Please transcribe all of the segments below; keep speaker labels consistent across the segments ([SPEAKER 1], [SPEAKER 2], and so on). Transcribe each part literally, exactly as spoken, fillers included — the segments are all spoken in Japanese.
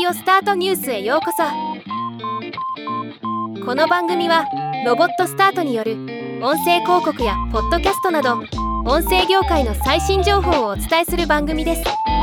[SPEAKER 1] オスタートニュースへようこそ。この番組はロボットスタートによる音声広告やポッドキャストなど音声業界の最新情報をお伝えする番組です。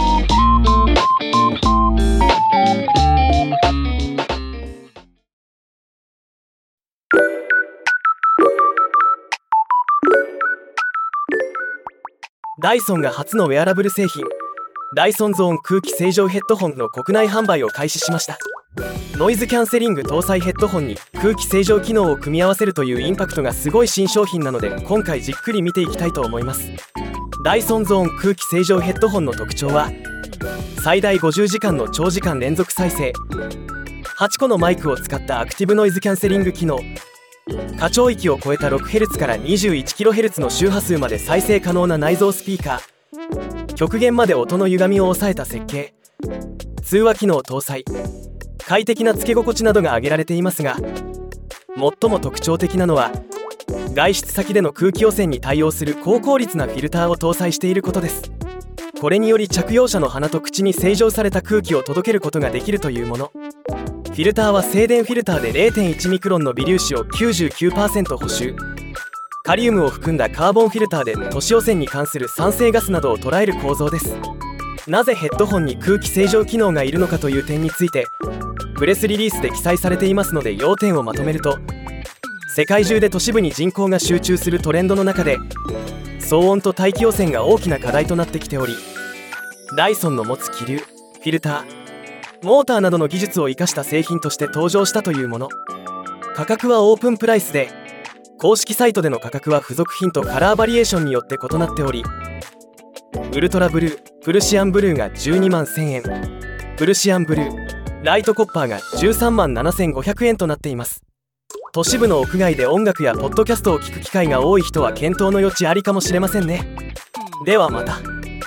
[SPEAKER 2] ダイソンが初のウェアラブル製品、ダイソンゾーン空気清浄ヘッドホンの国内販売を開始しました。ノイズキャンセリング搭載ヘッドホンに空気清浄機能を組み合わせるというインパクトがすごい新商品なので、今回じっくり見ていきたいと思います。ダイソンゾーン空気清浄ヘッドホンの特徴は、最大ごじゅうじかんの長時間連続再生、はちこのマイクを使ったアクティブノイズキャンセリング機能、過聴域を超えた ろくヘルツ から にじゅういちキロヘルツ の周波数まで再生可能な内蔵スピーカー、極限まで音の歪みを抑えた設計、通話機能搭載、快適なつけ心地などが挙げられていますが、最も特徴的なのは外出先での空気汚染に対応する高効率なフィルターを搭載していることです。これにより着用者の鼻と口に清浄された空気を届けることができるというもの。フィルターは静電フィルターで れいてんいち ミクロンの微粒子を きゅうじゅうきゅうパーセント 補修、カリウムを含んだカーボンフィルターで都市汚染に関する酸性ガスなどを捉える構造です。なぜヘッドホンに空気清浄機能がいるのかという点についてプレスリリースで記載されていますので、要点をまとめると、世界中で都市部に人口が集中するトレンドの中で騒音と大気汚染が大きな課題となってきており、ダイソンの持つ気流、フィルター、モーターなどの技術を生かした製品として登場したというもの。価格はオープンプライスで、公式サイトでの価格は付属品とカラーバリエーションによって異なっており、ウルトラブルー、プルシアンブルーがじゅうにまんせんえん、プルシアンブルー、ライトコッパーがじゅうさんまんななせんごひゃくえんとなっています。都市部の屋外で音楽やポッドキャストを聞く機会が多い人は検討の余地ありかもしれませんね。ではまた。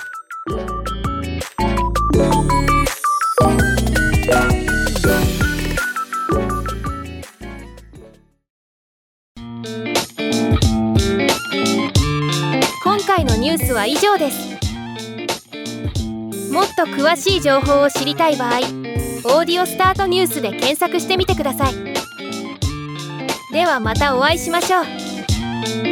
[SPEAKER 1] 今回のニュースは以上です。もっと詳しい情報を知りたい場合、オーディオスタートニュースで検索してみてください。ではまたお会いしましょう。